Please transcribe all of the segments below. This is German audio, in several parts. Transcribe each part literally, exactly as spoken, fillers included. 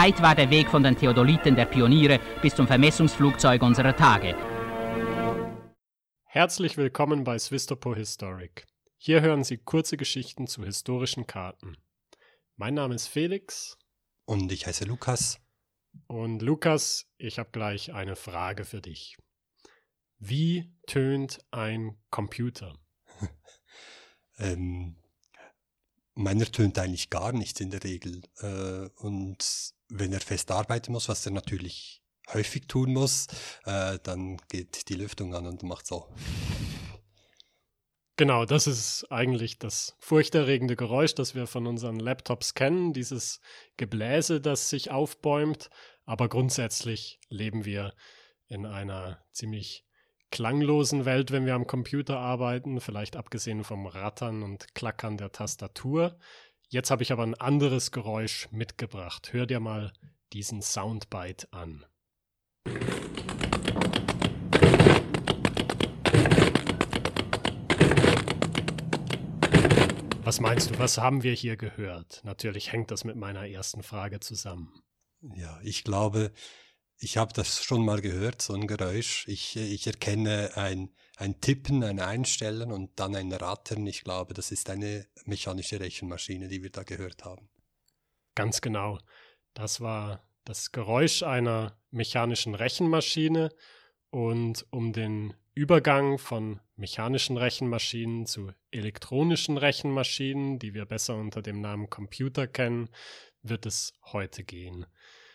Weit war der Weg von den Theodoliten der Pioniere bis zum Vermessungsflugzeug unserer Tage. Herzlich willkommen bei Swistopo Historic. Hier hören Sie kurze Geschichten zu historischen Karten. Mein Name ist Felix. Und ich heiße Lukas. Und Lukas, ich habe gleich eine Frage für dich. Wie tönt ein Computer? ähm, meiner tönt eigentlich gar nichts in der Regel. Äh, und wenn er fest arbeiten muss, was er natürlich häufig tun muss, äh, dann geht die Lüftung an und macht so. Genau, das ist eigentlich das furchterregende Geräusch, das wir von unseren Laptops kennen, dieses Gebläse, das sich aufbäumt. Aber grundsätzlich leben wir in einer ziemlich klanglosen Welt, wenn wir am Computer arbeiten, vielleicht abgesehen vom Rattern und Klackern der Tastatur. Jetzt habe ich aber ein anderes Geräusch mitgebracht. Hör dir mal diesen Soundbite an. Was meinst du, was haben wir hier gehört? Natürlich hängt das mit meiner ersten Frage zusammen. Ja, ich glaube, ich habe das schon mal gehört, so ein Geräusch. Ich, ich erkenne ein, ein Tippen, ein Einstellen und dann ein Rattern. Ich glaube, das ist eine mechanische Rechenmaschine, die wir da gehört haben. Ganz genau. Das war das Geräusch einer mechanischen Rechenmaschine. Und um den Übergang von mechanischen Rechenmaschinen zu elektronischen Rechenmaschinen, die wir besser unter dem Namen Computer kennen, wird es heute gehen.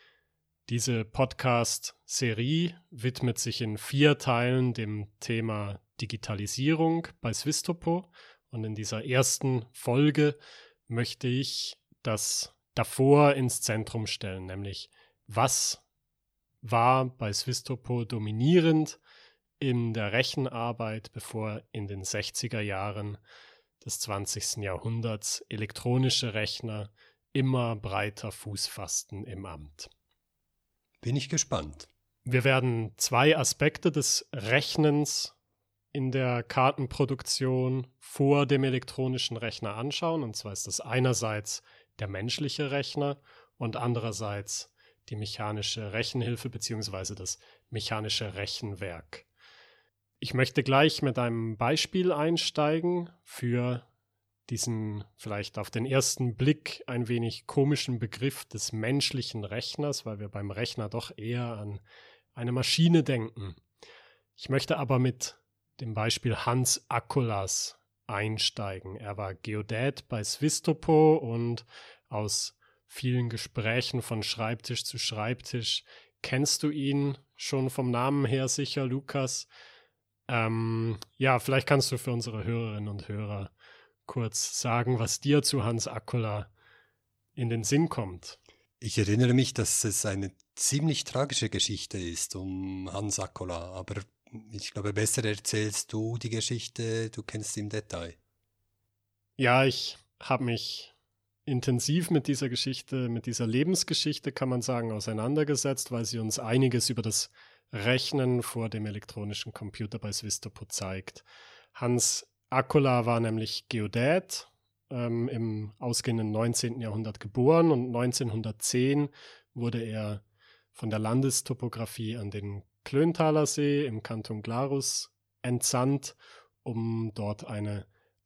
Diese Podcast-Serie widmet sich in vier Teilen dem Thema Digitalisierung bei Swistopo. Und in dieser ersten Folge möchte ich das davor ins Zentrum stellen, nämlich was war bei Swistopo dominierend in der Rechenarbeit, bevor in den sechziger Jahren des zwanzigsten Jahrhunderts elektronische Rechner immer breiter Fuß fassten im Amt. Bin ich gespannt. Wir werden zwei Aspekte des Rechnens in der Kartenproduktion vor dem elektronischen Rechner anschauen. Und zwar ist das einerseits der menschliche Rechner und andererseits die mechanische Rechenhilfe bzw. das mechanische Rechenwerk. Ich möchte gleich mit einem Beispiel einsteigen für diesen vielleicht auf den ersten Blick ein wenig komischen Begriff des menschlichen Rechners, weil wir beim Rechner doch eher an eine Maschine denken. Ich möchte aber mit dem Beispiel Hans Akkolas einsteigen. Er war Geodät bei Swistopo und aus vielen Gesprächen von Schreibtisch zu Schreibtisch kennst du ihn schon vom Namen her sicher, Lukas. Ähm, ja, vielleicht kannst du für unsere Hörerinnen und Hörer kurz sagen, was dir zu Hans Akkola in den Sinn kommt. Ich erinnere mich, dass es eine ziemlich tragische Geschichte ist um Hans Akkola, aber ich glaube, besser erzählst du die Geschichte, du kennst sie im Detail. Ja, ich habe mich intensiv mit dieser Geschichte, mit dieser Lebensgeschichte, kann man sagen, auseinandergesetzt, weil sie uns einiges über das Rechnen vor dem elektronischen Computer bei Swistopo zeigt. Hans Akkola war nämlich Geodät, ähm, im ausgehenden neunzehnten Jahrhundert geboren und neunzehnhundertzehn wurde er von der Landestopographie an den Klöntaler See im Kanton Glarus entsandt, um dort eine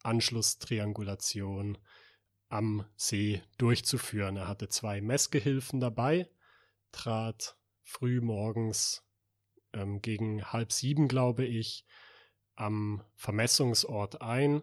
Anschlusstriangulation am See durchzuführen. Er hatte zwei Messgehilfen dabei, trat früh morgens ähm, gegen halb sieben, glaube ich, am Vermessungsort ein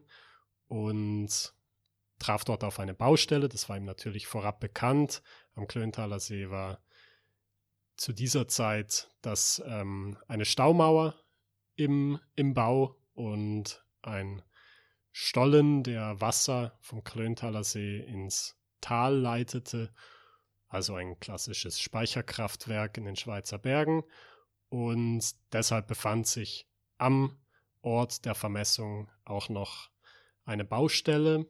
und traf dort auf eine Baustelle. Das war ihm natürlich vorab bekannt. Am Klöntaler See war zu dieser Zeit das, ähm, eine Staumauer im, im Bau und ein Stollen, der Wasser vom Klöntaler See ins Tal leitete, also ein klassisches Speicherkraftwerk in den Schweizer Bergen. Und deshalb befand sich am Ort der Vermessung auch noch eine Baustelle,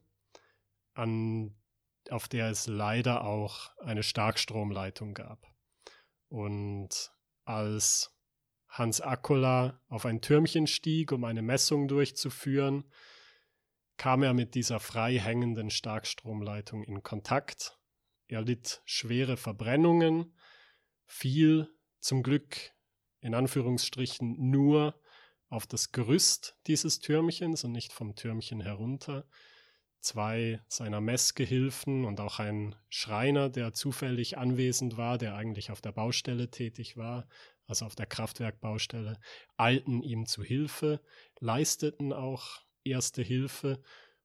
an, auf der es leider auch eine Starkstromleitung gab. Und als Hans Akkola auf ein Türmchen stieg, um eine Messung durchzuführen, kam er mit dieser frei hängenden Starkstromleitung in Kontakt. Er litt schwere Verbrennungen, fiel zum Glück in Anführungsstrichen nur auf das Gerüst dieses Türmchens und nicht vom Türmchen herunter. Zwei seiner Messgehilfen und auch ein Schreiner, der zufällig anwesend war, der eigentlich auf der Baustelle tätig war, also auf der Kraftwerkbaustelle, eilten ihm zu Hilfe, leisteten auch erste Hilfe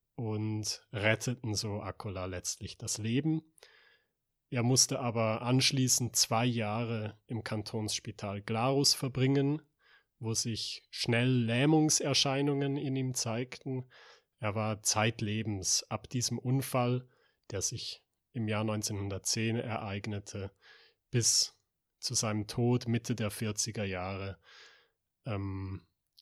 und retteten so Akkola letztlich das Leben. Er musste aber anschließend zwei Jahre im Kantonsspital Glarus verbringen, wo sich schnell Lähmungserscheinungen in ihm zeigten. Er war zeitlebens ab diesem Unfall, der sich im Jahr neunzehnhundertzehn ereignete, bis zu seinem Tod Mitte der vierziger Jahre ähm,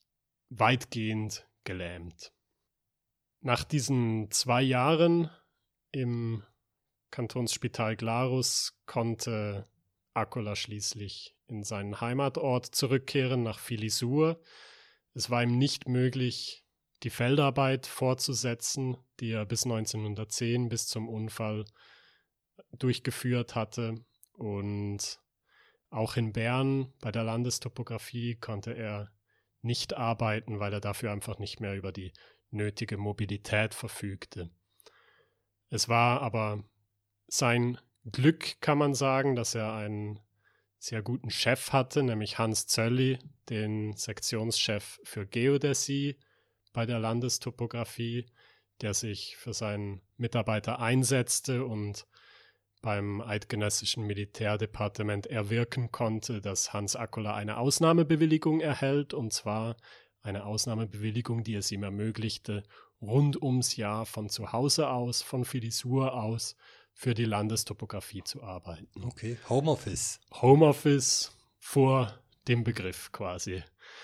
weitgehend gelähmt. Nach diesen zwei Jahren im Kantonsspital Glarus konnte Akkola schließlich in seinen Heimatort zurückkehren, nach Filisur. Es war ihm nicht möglich, die Feldarbeit fortzusetzen, die er bis neunzehnhundertzehn, bis zum Unfall durchgeführt hatte. Und auch in Bern bei der Landestopographie konnte er nicht arbeiten, weil er dafür einfach nicht mehr über die nötige Mobilität verfügte. Es war aber sein Glück, kann man sagen, dass er einen sehr guten Chef hatte, nämlich Hans Zölli, den Sektionschef für Geodäsie bei der Landestopographie, der sich für seinen Mitarbeiter einsetzte und beim Eidgenössischen Militärdepartement erwirken konnte, dass Hans Akkola eine Ausnahmebewilligung erhält, und zwar eine Ausnahmebewilligung, die es ihm ermöglichte, rund ums Jahr von zu Hause aus, von Filisur aus, für die Landestopographie zu arbeiten. Okay, Homeoffice. Homeoffice vor dem Begriff quasi.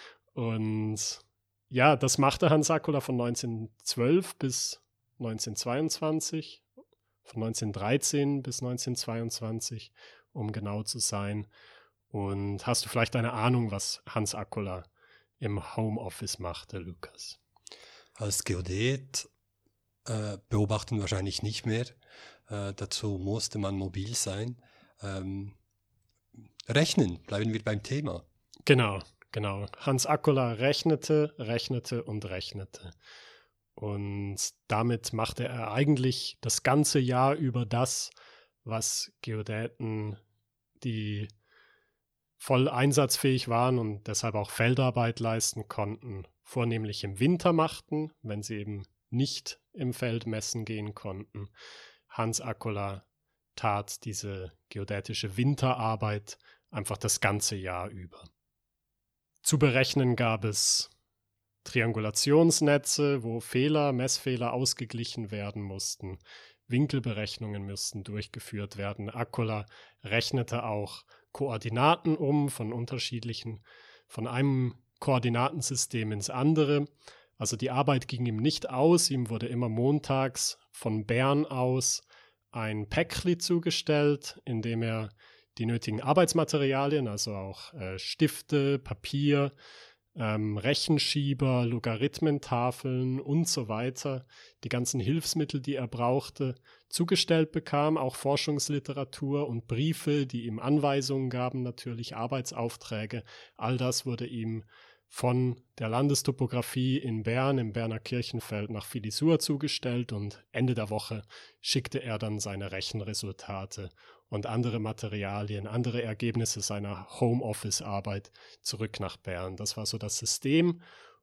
Und ja, das machte Hans Akkola von neunzehnhundertzwölf bis neunzehnhundertzweiundzwanzig, von neunzehnhundertdreizehn bis neunzehnhundertzweiundzwanzig, um genau zu sein. Und hast du vielleicht eine Ahnung, was Hans Akkola im Homeoffice machte, Lukas? Als Geodät äh, beobachten wahrscheinlich nicht mehr. Äh, dazu musste man mobil sein. Ähm, rechnen, bleiben wir beim Thema. Genau, genau. Hans Akkola rechnete, rechnete und rechnete. Und damit machte er eigentlich das ganze Jahr über das, was Geodäten, die voll einsatzfähig waren und deshalb auch Feldarbeit leisten konnten, vornehmlich im Winter machten, wenn sie eben nicht im Feld messen gehen konnten. Hans Akkola tat diese geodätische Winterarbeit einfach das ganze Jahr über. Zu berechnen gab es Triangulationsnetze, wo Fehler, Messfehler ausgeglichen werden mussten. Winkelberechnungen müssten durchgeführt werden. Akkola rechnete auch Koordinaten um von unterschiedlichen, von einem Koordinatensystem ins andere. Also die Arbeit ging ihm nicht aus. Ihm wurde immer montags von Bern aus ein Päckli zugestellt, in dem er die nötigen Arbeitsmaterialien, also auch äh, Stifte, Papier, ähm, Rechenschieber, Logarithmentafeln und so weiter, die ganzen Hilfsmittel, die er brauchte, zugestellt bekam, auch Forschungsliteratur und Briefe, die ihm Anweisungen gaben, natürlich Arbeitsaufträge. All das wurde ihm von der Landestopographie in Bern, im Berner Kirchenfeld nach Filisur zugestellt, und Ende der Woche schickte er dann seine Rechenresultate und andere Materialien, andere Ergebnisse seiner Homeoffice-Arbeit zurück nach Bern. Das war so das System,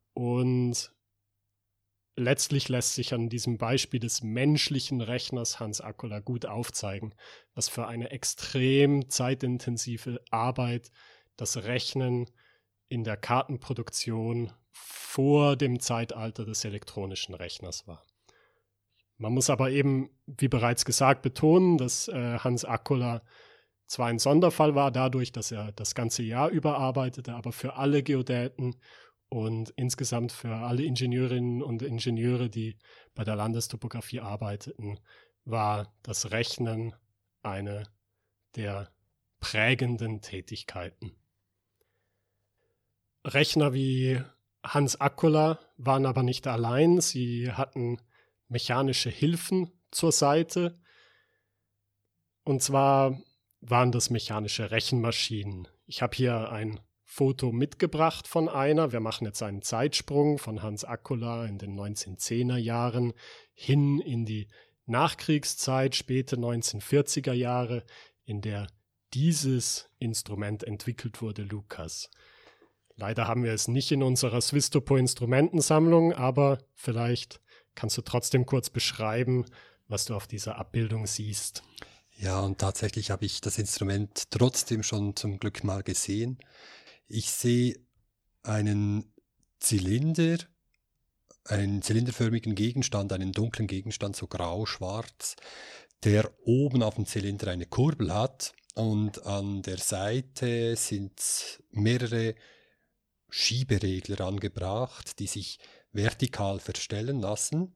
und letztlich lässt sich an diesem Beispiel des menschlichen Rechners Hans Akkola gut aufzeigen, was für eine extrem zeitintensive Arbeit das Rechnen in der Kartenproduktion vor dem Zeitalter des elektronischen Rechners war. Man muss aber eben, wie bereits gesagt, betonen, dass äh, Hans Akkola zwar ein Sonderfall war dadurch, dass er das ganze Jahr über arbeitete, aber für alle Geodäten und insgesamt für alle Ingenieurinnen und Ingenieure, die bei der Landestopographie arbeiteten, war das Rechnen eine der prägenden Tätigkeiten. Rechner wie Hans Akkola waren aber nicht allein. Sie hatten mechanische Hilfen zur Seite. Und zwar waren das mechanische Rechenmaschinen. Ich habe hier ein Foto mitgebracht von einer. Wir machen jetzt einen Zeitsprung von Hans Akkola in den neunzehnhundertzehner Jahren hin in die Nachkriegszeit, späte neunzehnhundertvierziger Jahre, in der dieses Instrument entwickelt wurde, Lukas. Leider haben wir es nicht in unserer Swistopo-Instrumentensammlung, aber vielleicht kannst du trotzdem kurz beschreiben, was du auf dieser Abbildung siehst. Ja, und tatsächlich habe ich das Instrument trotzdem schon zum Glück mal gesehen. Ich sehe einen Zylinder, einen zylinderförmigen Gegenstand, einen dunklen Gegenstand, so grau-schwarz, der oben auf dem Zylinder eine Kurbel hat und an der Seite sind mehrere Schieberegler angebracht, die sich vertikal verstellen lassen.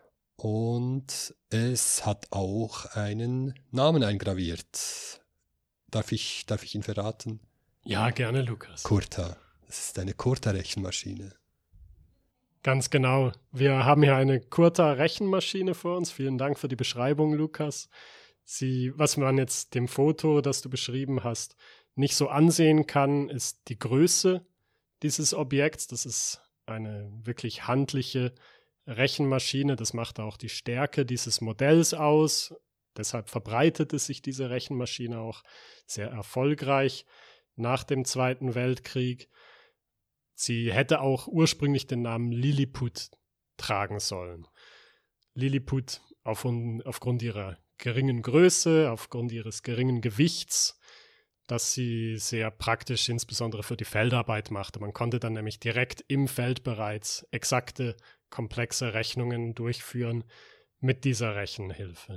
Und es hat auch einen Namen eingraviert. Darf ich, darf ich ihn verraten? Ja, gerne, Lukas. Kurta. Das ist eine Kurta-Rechenmaschine. Ganz genau. Wir haben hier eine Kurta-Rechenmaschine vor uns. Vielen Dank für die Beschreibung, Lukas. Sie, was man jetzt dem Foto, das du beschrieben hast, nicht so ansehen kann, ist die Größe dieses Objekts. Das ist eine wirklich handliche Rechenmaschine. Das macht auch die Stärke dieses Modells aus. Deshalb verbreitete sich diese Rechenmaschine auch sehr erfolgreich nach dem Zweiten Weltkrieg. Sie hätte auch ursprünglich den Namen Lilliput tragen sollen. Lilliput auf, aufgrund ihrer geringen Größe, aufgrund ihres geringen Gewichts, das sie sehr praktisch insbesondere für die Feldarbeit machte. Man konnte dann nämlich direkt im Feld bereits exakte, komplexe Rechnungen durchführen mit dieser Rechenhilfe.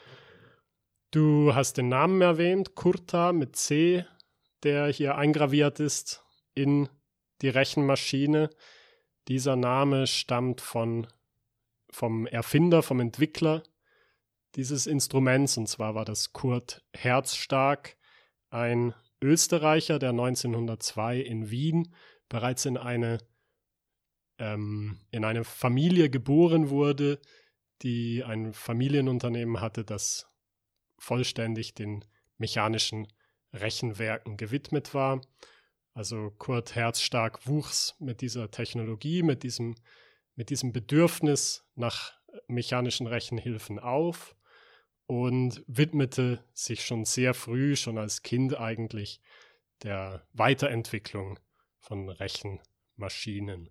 Du hast den Namen erwähnt, Kurta mit C, der hier eingraviert ist in die Rechenmaschine. Dieser Name stammt von, vom Erfinder, vom Entwickler dieses Instruments, und zwar war das Kurt Herzstark, ein Österreicher, der neunzehnhundertzwei in Wien bereits in eine, ähm, in eine Familie geboren wurde, die ein Familienunternehmen hatte, das vollständig den mechanischen Rechenwerken gewidmet war. Also Kurt Herzstark wuchs mit dieser Technologie, mit diesem, mit diesem Bedürfnis nach mechanischen Rechenhilfen auf und widmete sich schon sehr früh, schon als Kind eigentlich, der Weiterentwicklung von Rechenmaschinen.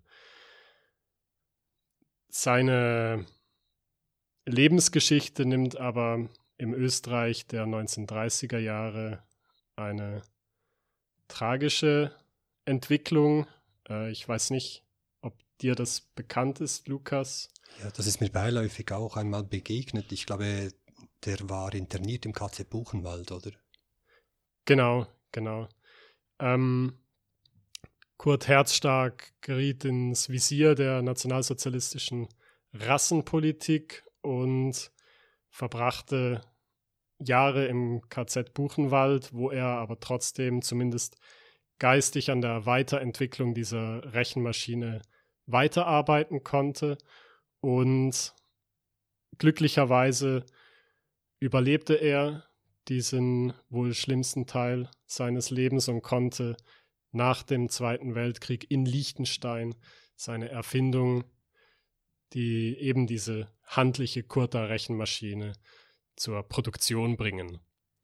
Seine Lebensgeschichte nimmt aber im Österreich der neunzehnhundertdreißiger Jahre eine tragische Entwicklung. Äh, ich weiß nicht, ob dir das bekannt ist, Lukas. Ja, das ist mir beiläufig auch einmal begegnet. Ich glaube, der war interniert im K Z Buchenwald, oder? Genau, genau. Ähm, Kurt Herzstark geriet ins Visier der nationalsozialistischen Rassenpolitik und verbrachte Jahre im K Z Buchenwald, wo er aber trotzdem zumindest geistig an der Weiterentwicklung dieser Rechenmaschine weiterarbeiten konnte. Und glücklicherweise überlebte er diesen wohl schlimmsten Teil seines Lebens und konnte nach dem Zweiten Weltkrieg in Liechtenstein seine Erfindung, die eben diese handliche Kurta-Rechenmaschine, zur Produktion bringen.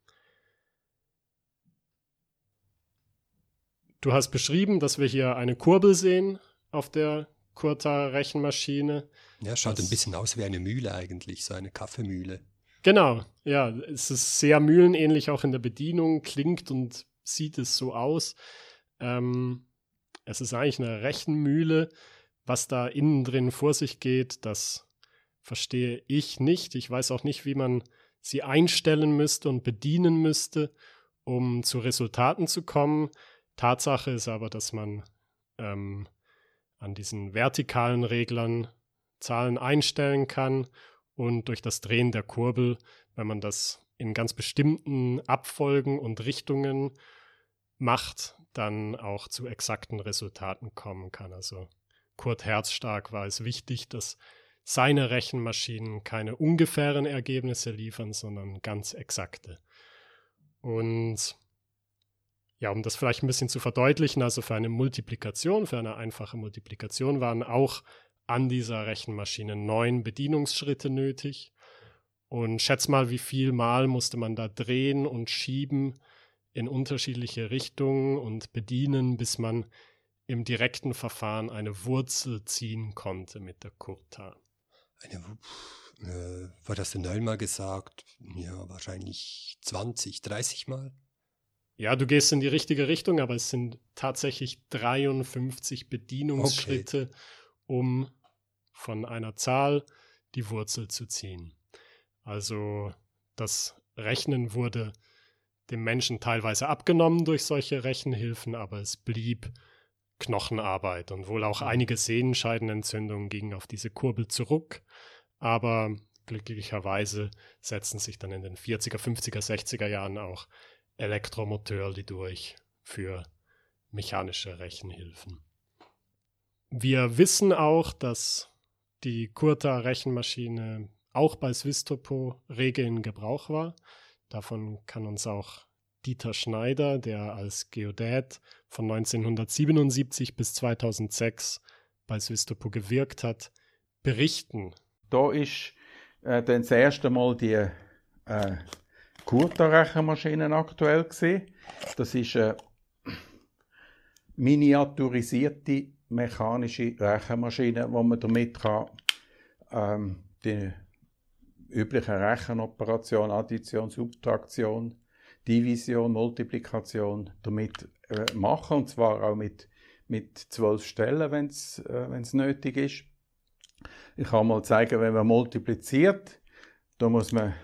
Du hast beschrieben, dass wir hier eine Kurbel sehen auf der Kurta-Rechenmaschine. Ja, schaut das ein bisschen aus wie eine Mühle eigentlich, so eine Kaffeemühle. Genau, ja, es ist sehr mühlenähnlich auch in der Bedienung, klingt und sieht es so aus. Ähm, es ist eigentlich eine Rechenmühle. Was da innen drin vor sich geht, das verstehe ich nicht. Ich weiß auch nicht, wie man sie einstellen müsste und bedienen müsste, um zu Resultaten zu kommen. Tatsache ist aber, dass man ähm, an diesen vertikalen Reglern Zahlen einstellen kann und durch das Drehen der Kurbel, wenn man das in ganz bestimmten Abfolgen und Richtungen macht, dann auch zu exakten Resultaten kommen kann. Also Kurt Herzstark war es wichtig, dass seine Rechenmaschinen keine ungefähren Ergebnisse liefern, sondern ganz exakte. Und ja, um das vielleicht ein bisschen zu verdeutlichen, also für eine Multiplikation, für eine einfache Multiplikation waren auch an dieser Rechenmaschine neun Bedienungsschritte nötig. Und schätz mal, wie viel Mal musste man da drehen und schieben in unterschiedliche Richtungen und bedienen, bis man im direkten Verfahren eine Wurzel ziehen konnte mit der Kurta. Eine, äh, war das denn neunmal gesagt? Ja, wahrscheinlich zwanzig, dreißig Mal. Ja, du gehst in die richtige Richtung, aber es sind tatsächlich dreiundfünfzig Bedienungsschritte, okay, um von einer Zahl die Wurzel zu ziehen. Also das Rechnen wurde dem Menschen teilweise abgenommen durch solche Rechenhilfen, aber es blieb Knochenarbeit und wohl auch einige Sehnenscheidenentzündungen gingen auf diese Kurbel zurück, aber glücklicherweise setzen sich dann in den vierziger, fünfziger, sechziger Jahren auch Elektromoteure durch für mechanische Rechenhilfen. Wir wissen auch, dass die Kurta-Rechenmaschine auch bei Swistopo rege in Gebrauch war. Davon kann uns auch Dieter Schneider, der als Geodät von neunzehnhundertsiebenundsiebzig bis zweitausendsechs bei Swistopo gewirkt hat, berichten. Da ist äh, dann das erste Mal die äh, Kurta-Rechenmaschine aktuell gewesen. Das ist eine miniaturisierte mechanische Rechenmaschine, wo man damit kann, ähm, die üblichen Rechenoperationen, Addition, Subtraktion, Division, Multiplikation damit äh, machen, und zwar auch mit, mit zwölf Stellen, wenn es äh, nötig ist. Ich kann mal zeigen, wenn man multipliziert, da muss man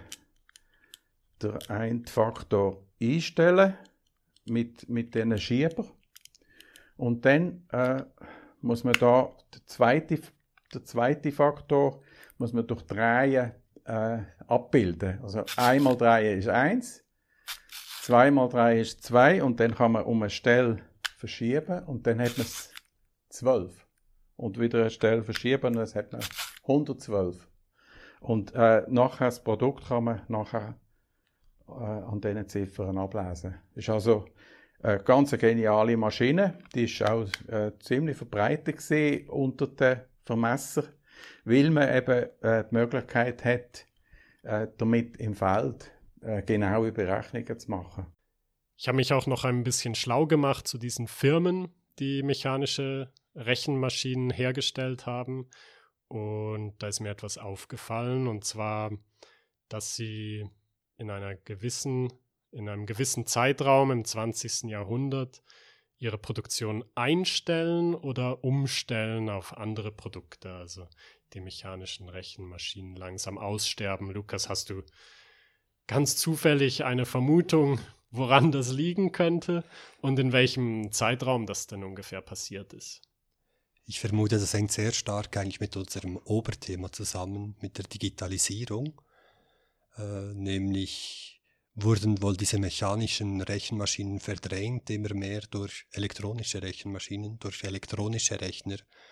den einen Faktor einstellen mit, mit diesen Schieber. Und dann äh, muss man da den zweiten, den zweiten Faktor muss man durch Drehen äh, abbilden. Also einmal Drehen ist eins, zweimal Drehen ist zwei und dann kann man um eine Stelle verschieben und dann hat man es zwölf. Und wieder eine Stelle verschieben und dann hat man hundertzwölf. Und äh, nachher das Produkt kann man nachher äh, an diesen Ziffern ablesen. Das ist also eine ganz geniale Maschine. Die ist auch äh, ziemlich verbreitet gewesen unter den Vermessern, weil man eben äh, die Möglichkeit hat, äh, damit im Feld äh, genaue Berechnungen zu machen. Ich habe mich auch noch ein bisschen schlau gemacht zu diesen Firmen, die mechanische Rechenmaschinen hergestellt haben. Und da ist mir etwas aufgefallen, und zwar, dass sie in einer gewissen, in einem gewissen Zeitraum im zwanzigsten Jahrhundert ihre Produktion einstellen oder umstellen auf andere Produkte, also die mechanischen Rechenmaschinen langsam aussterben. Lukas, hast du ganz zufällig eine Vermutung, woran das liegen könnte und in welchem Zeitraum das denn ungefähr passiert ist? Ich vermute, das hängt sehr stark eigentlich mit unserem Oberthema zusammen, mit der Digitalisierung. Äh, nämlich wurden wohl diese mechanischen Rechenmaschinen verdrängt, immer mehr durch elektronische Rechenmaschinen, durch elektronische Rechner.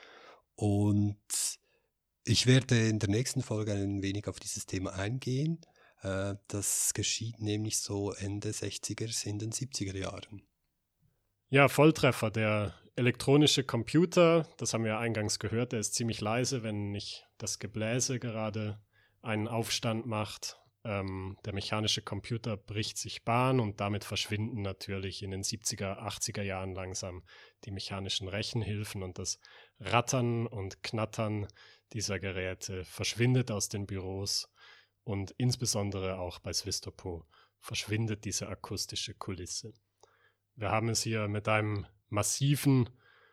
Und ich werde in der nächsten Folge ein wenig auf dieses Thema eingehen. Äh, das geschieht nämlich so Ende sechziger, in den siebziger Jahren. Ja, Volltreffer. Der elektronische Computer, das haben wir ja eingangs gehört, der ist ziemlich leise, wenn nicht das Gebläse gerade einen Aufstand macht. Ähm, der mechanische Computer bricht sich Bahn und damit verschwinden natürlich in den siebziger, achtziger Jahren langsam die mechanischen Rechenhilfen und das Rattern und Knattern dieser Geräte verschwindet aus den Büros und insbesondere auch bei Swistopo verschwindet diese akustische Kulisse. Wir haben es hier mit einem massiven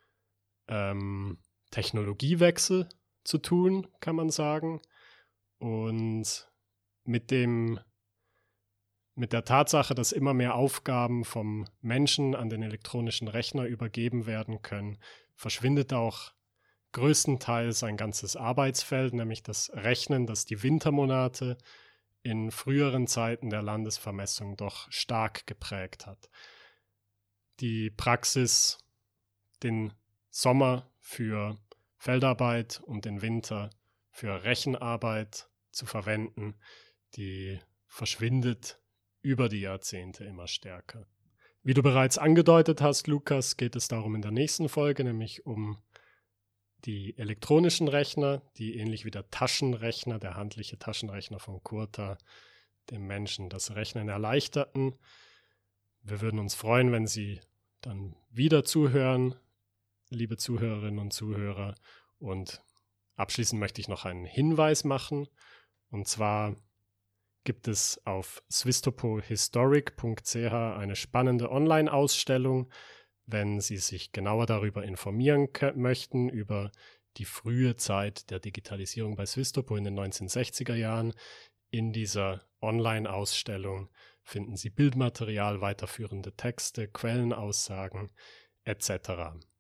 ähm, Technologiewechsel zu tun, kann man sagen. Und mit dem, mit der Tatsache, dass immer mehr Aufgaben vom Menschen an den elektronischen Rechner übergeben werden können, verschwindet auch größtenteils ein ganzes Arbeitsfeld, nämlich das Rechnen, das die Wintermonate in früheren Zeiten der Landesvermessung doch stark geprägt hat. Die Praxis, den Sommer für Feldarbeit und den Winter für Rechenarbeit zu verwenden, die verschwindet über die Jahrzehnte immer stärker. Wie du bereits angedeutet hast, Lukas, geht es darum in der nächsten Folge, nämlich um die elektronischen Rechner, die ähnlich wie der Taschenrechner, der handliche Taschenrechner von Kurta, dem Menschen das Rechnen erleichterten. Wir würden uns freuen, wenn Sie dann wieder zuhören, liebe Zuhörerinnen und Zuhörer. Und abschließend möchte ich noch einen Hinweis machen. Und zwar gibt es auf swisstopohistoric punkt c h eine spannende Online-Ausstellung, wenn Sie sich genauer darüber informieren möchten, über die frühe Zeit der Digitalisierung bei Swisstopo in den neunzehnhundertsechziger Jahren. In dieser Online-Ausstellung finden Sie Bildmaterial, weiterführende Texte, Quellenaussagen et cetera.